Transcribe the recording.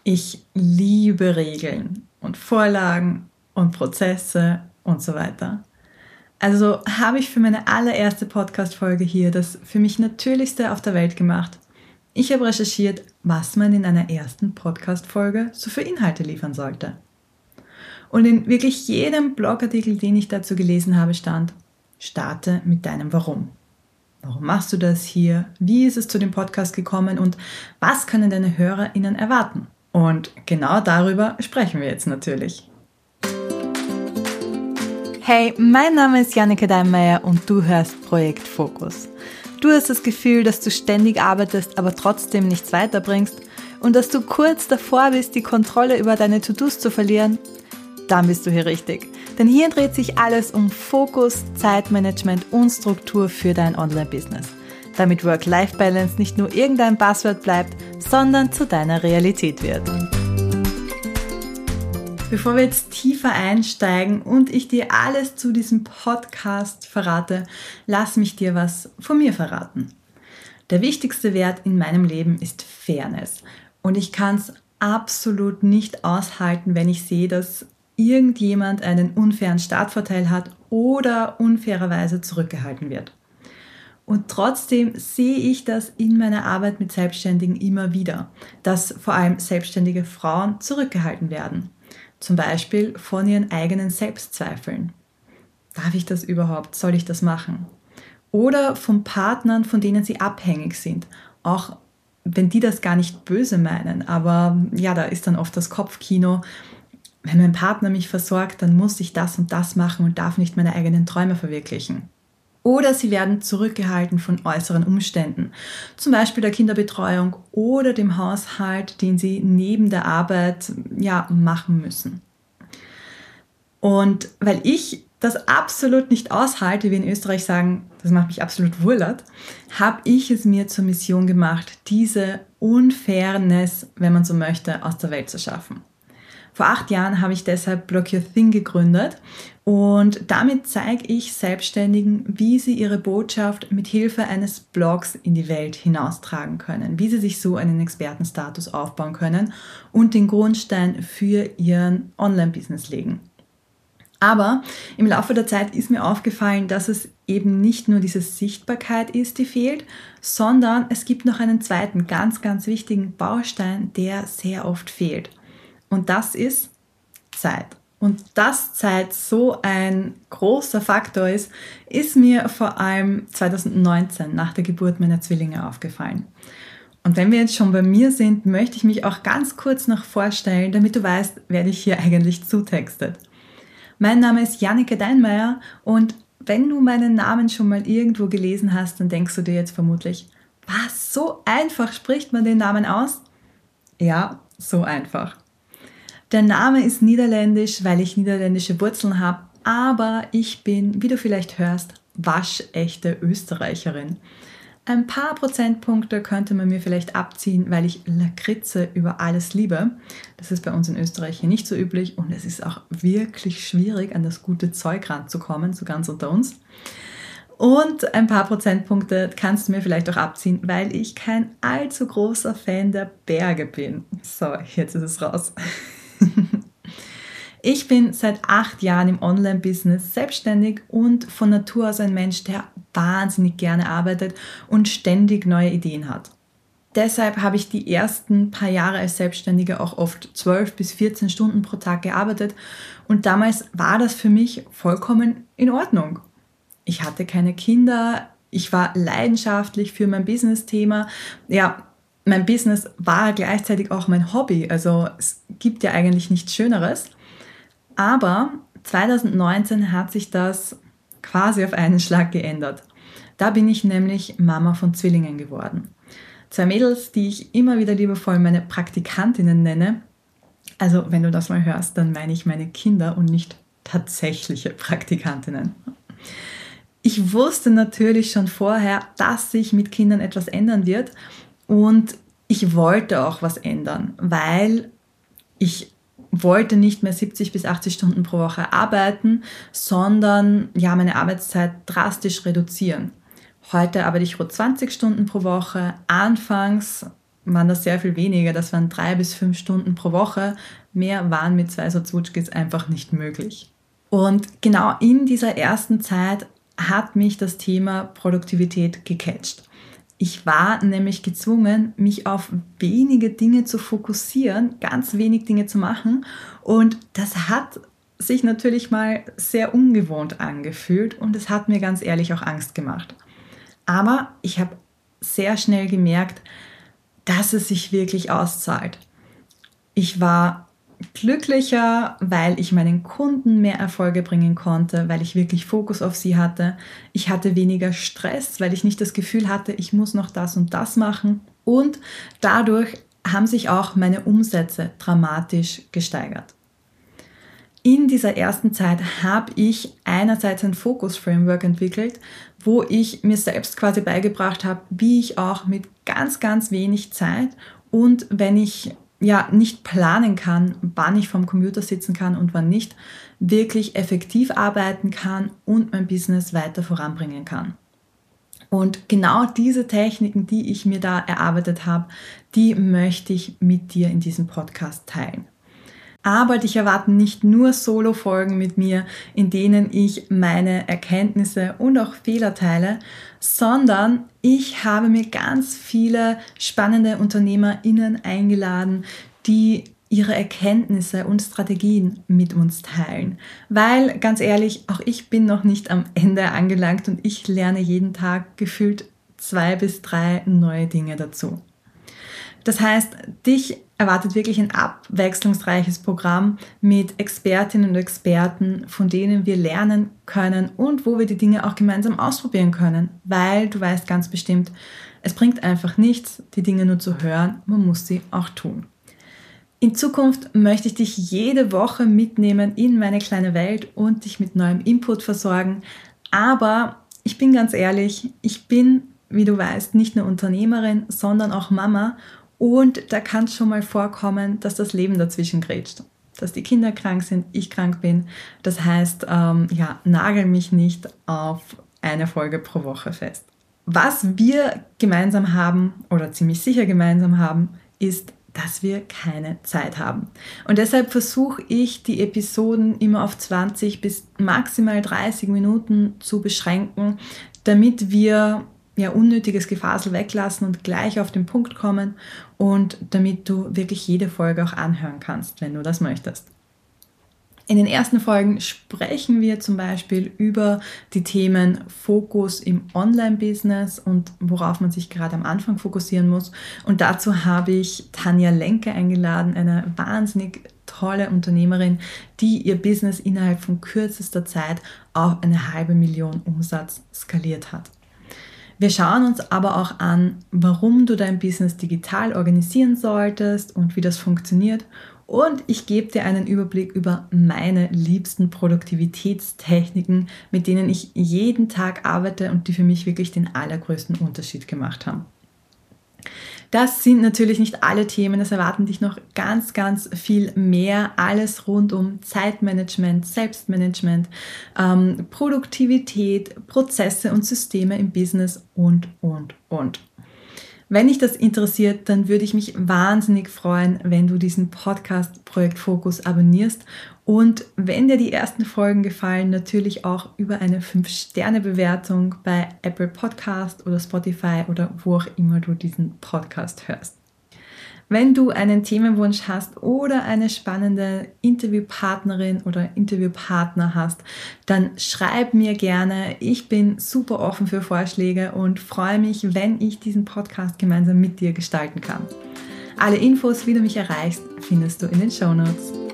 Ich liebe Regeln und Vorlagen und Prozesse und so weiter. Also habe ich für meine allererste Podcast-Folge hier das für mich Natürlichste auf der Welt gemacht. Ich habe recherchiert, was man in einer ersten Podcast-Folge so für Inhalte liefern sollte. Und in wirklich jedem Blogartikel, den ich dazu gelesen habe, stand: Starte mit deinem Warum. Warum machst du das hier? Wie ist es zu dem Podcast gekommen? Und was können deine HörerInnen erwarten? Und genau darüber sprechen wir jetzt natürlich. Hey, mein Name ist Janneke Deinmeier und du hörst Projekt Fokus. Du hast das Gefühl, dass du ständig arbeitest, aber trotzdem nichts weiterbringst und dass du kurz davor bist, die Kontrolle über deine To-Dos zu verlieren? Dann bist du hier richtig. Denn hier dreht sich alles um Fokus, Zeitmanagement und Struktur für dein Online-Business. Damit Work-Life-Balance nicht nur irgendein Buzzword bleibt, sondern zu deiner Realität wird. Bevor wir jetzt tiefer einsteigen und ich dir alles zu diesem Podcast verrate, lass mich dir was von mir verraten. Der wichtigste Wert in meinem Leben ist Fairness. Und ich kann es absolut nicht aushalten, wenn ich sehe, dass irgendjemand einen unfairen Startvorteil hat oder unfairerweise zurückgehalten wird. Und trotzdem sehe ich das in meiner Arbeit mit Selbstständigen immer wieder, dass vor allem selbstständige Frauen zurückgehalten werden. Zum Beispiel von ihren eigenen Selbstzweifeln. Darf ich das überhaupt? Soll ich das machen? Oder von Partnern, von denen sie abhängig sind. Auch wenn die das gar nicht böse meinen. Aber ja, da ist dann oft das Kopfkino: Wenn mein Partner mich versorgt, dann muss ich das und das machen und darf nicht meine eigenen Träume verwirklichen. Oder sie werden zurückgehalten von äußeren Umständen, zum Beispiel der Kinderbetreuung oder dem Haushalt, den sie neben der Arbeit machen müssen. Und weil ich das absolut nicht aushalte, wie wir in Österreich sagen, das macht mich absolut wurlert, habe ich es mir zur Mission gemacht, diese Unfairness, wenn man so möchte, aus der Welt zu schaffen. Vor 8 Jahren habe ich deshalb Block Your Thing gegründet und damit zeige ich Selbstständigen, wie sie ihre Botschaft mit Hilfe eines Blogs in die Welt hinaustragen können, wie sie sich so einen Expertenstatus aufbauen können und den Grundstein für ihren Online-Business legen. Aber im Laufe der Zeit ist mir aufgefallen, dass es eben nicht nur diese Sichtbarkeit ist, die fehlt, sondern es gibt noch einen zweiten, ganz, ganz wichtigen Baustein, der sehr oft fehlt. Und das ist Zeit. Und dass Zeit so ein großer Faktor ist mir vor allem 2019 nach der Geburt meiner Zwillinge aufgefallen. Und wenn wir jetzt schon bei mir sind, möchte ich mich auch ganz kurz noch vorstellen, damit du weißt, wer dich hier eigentlich zutextet. Mein Name ist Janneke Deinmeier und wenn du meinen Namen schon mal irgendwo gelesen hast, dann denkst du dir jetzt vermutlich: Was, so einfach spricht man den Namen aus? Ja, so einfach. Der Name ist niederländisch, weil ich niederländische Wurzeln habe, aber ich bin, wie du vielleicht hörst, waschechte Österreicherin. Ein paar Prozentpunkte könnte man mir vielleicht abziehen, weil ich Lakritze über alles liebe. Das ist bei uns in Österreich hier nicht so üblich und es ist auch wirklich schwierig, an das gute Zeug ranzukommen, so ganz unter uns. Und ein paar Prozentpunkte kannst du mir vielleicht auch abziehen, weil ich kein allzu großer Fan der Berge bin. So, jetzt ist es raus. Ich bin seit 8 Jahren im Online-Business selbstständig und von Natur aus ein Mensch, der wahnsinnig gerne arbeitet und ständig neue Ideen hat. Deshalb habe ich die ersten paar Jahre als Selbstständige auch oft 12 bis 14 Stunden pro Tag gearbeitet und damals war das für mich vollkommen in Ordnung. Ich hatte keine Kinder, ich war leidenschaftlich für mein Business-Thema. Ja, mein Business war gleichzeitig auch mein Hobby, also es gibt ja eigentlich nichts Schöneres. Aber 2019 hat sich das quasi auf einen Schlag geändert. Da bin ich nämlich Mama von Zwillingen geworden. 2 Mädels, die ich immer wieder liebevoll meine Praktikantinnen nenne. Also wenn du das mal hörst, dann meine ich meine Kinder und nicht tatsächliche Praktikantinnen. Ich wusste natürlich schon vorher, dass sich mit Kindern etwas ändern wird und ich wollte auch was ändern, weil ich wollte nicht mehr 70 bis 80 Stunden pro Woche arbeiten, sondern meine Arbeitszeit drastisch reduzieren. Heute arbeite ich rund 20 Stunden pro Woche. Anfangs waren das sehr viel weniger. Das waren 3 bis 5 Stunden pro Woche. Mehr waren mit 2 so Zwutschkis einfach nicht möglich. Und genau in dieser ersten Zeit hat mich das Thema Produktivität gecatcht. Ich war nämlich gezwungen, mich auf wenige Dinge zu fokussieren, ganz wenig Dinge zu machen. Und das hat sich natürlich mal sehr ungewohnt angefühlt und es hat mir ganz ehrlich auch Angst gemacht. Aber ich habe sehr schnell gemerkt, dass es sich wirklich auszahlt. Ich war glücklicher, weil ich meinen Kunden mehr Erfolge bringen konnte, weil ich wirklich Fokus auf sie hatte. Ich hatte weniger Stress, weil ich nicht das Gefühl hatte, ich muss noch das und das machen. Und dadurch haben sich auch meine Umsätze dramatisch gesteigert. In dieser ersten Zeit habe ich einerseits ein Fokus-Framework entwickelt, wo ich mir selbst quasi beigebracht habe, wie ich auch mit ganz, ganz wenig Zeit und wenn ich nicht planen kann, wann ich vorm Computer sitzen kann und wann nicht, wirklich effektiv arbeiten kann und mein Business weiter voranbringen kann. Und genau diese Techniken, die ich mir da erarbeitet habe, die möchte ich mit dir in diesem Podcast teilen. Aber dich erwarten nicht nur Solo-Folgen mit mir, in denen ich meine Erkenntnisse und auch Fehler teile, sondern ich habe mir ganz viele spannende UnternehmerInnen eingeladen, die ihre Erkenntnisse und Strategien mit uns teilen. Weil, ganz ehrlich, auch ich bin noch nicht am Ende angelangt und ich lerne jeden Tag gefühlt 2 bis 3 neue Dinge dazu. Das heißt, dich erwartet wirklich ein abwechslungsreiches Programm mit Expertinnen und Experten, von denen wir lernen können und wo wir die Dinge auch gemeinsam ausprobieren können, weil du weißt ganz bestimmt, es bringt einfach nichts, die Dinge nur zu hören, man muss sie auch tun. In Zukunft möchte ich dich jede Woche mitnehmen in meine kleine Welt und dich mit neuem Input versorgen, aber ich bin ganz ehrlich, ich bin, wie du weißt, nicht nur Unternehmerin, sondern auch Mama. Und da kann es schon mal vorkommen, dass das Leben dazwischen grätscht. Dass die Kinder krank sind, ich krank bin. Das heißt, nagel mich nicht auf eine Folge pro Woche fest. Was wir gemeinsam haben oder ziemlich sicher gemeinsam haben, ist, dass wir keine Zeit haben. Und deshalb versuche ich, die Episoden immer auf 20 bis maximal 30 Minuten zu beschränken, damit wir unnötiges Gefasel weglassen und gleich auf den Punkt kommen und damit du wirklich jede Folge auch anhören kannst, wenn du das möchtest. In den ersten Folgen sprechen wir zum Beispiel über die Themen Fokus im Online-Business und worauf man sich gerade am Anfang fokussieren muss. Und dazu habe ich Tanja Lenke eingeladen, eine wahnsinnig tolle Unternehmerin, die ihr Business innerhalb von kürzester Zeit auf 500.000 Umsatz skaliert hat. Wir schauen uns aber auch an, warum du dein Business digital organisieren solltest und wie das funktioniert. Und ich gebe dir einen Überblick über meine liebsten Produktivitätstechniken, mit denen ich jeden Tag arbeite und die für mich wirklich den allergrößten Unterschied gemacht haben. Das sind natürlich nicht alle Themen, es erwarten dich noch ganz, ganz viel mehr. Alles rund um Zeitmanagement, Selbstmanagement, Produktivität, Prozesse und Systeme im Business und. Wenn dich das interessiert, dann würde ich mich wahnsinnig freuen, wenn du diesen Podcast Projekt Fokus abonnierst und wenn dir die ersten Folgen gefallen, natürlich auch über eine 5-Sterne-Bewertung bei Apple Podcast oder Spotify oder wo auch immer du diesen Podcast hörst. Wenn du einen Themenwunsch hast oder eine spannende Interviewpartnerin oder Interviewpartner hast, dann schreib mir gerne. Ich bin super offen für Vorschläge und freue mich, wenn ich diesen Podcast gemeinsam mit dir gestalten kann. Alle Infos, wie du mich erreichst, findest du in den Shownotes.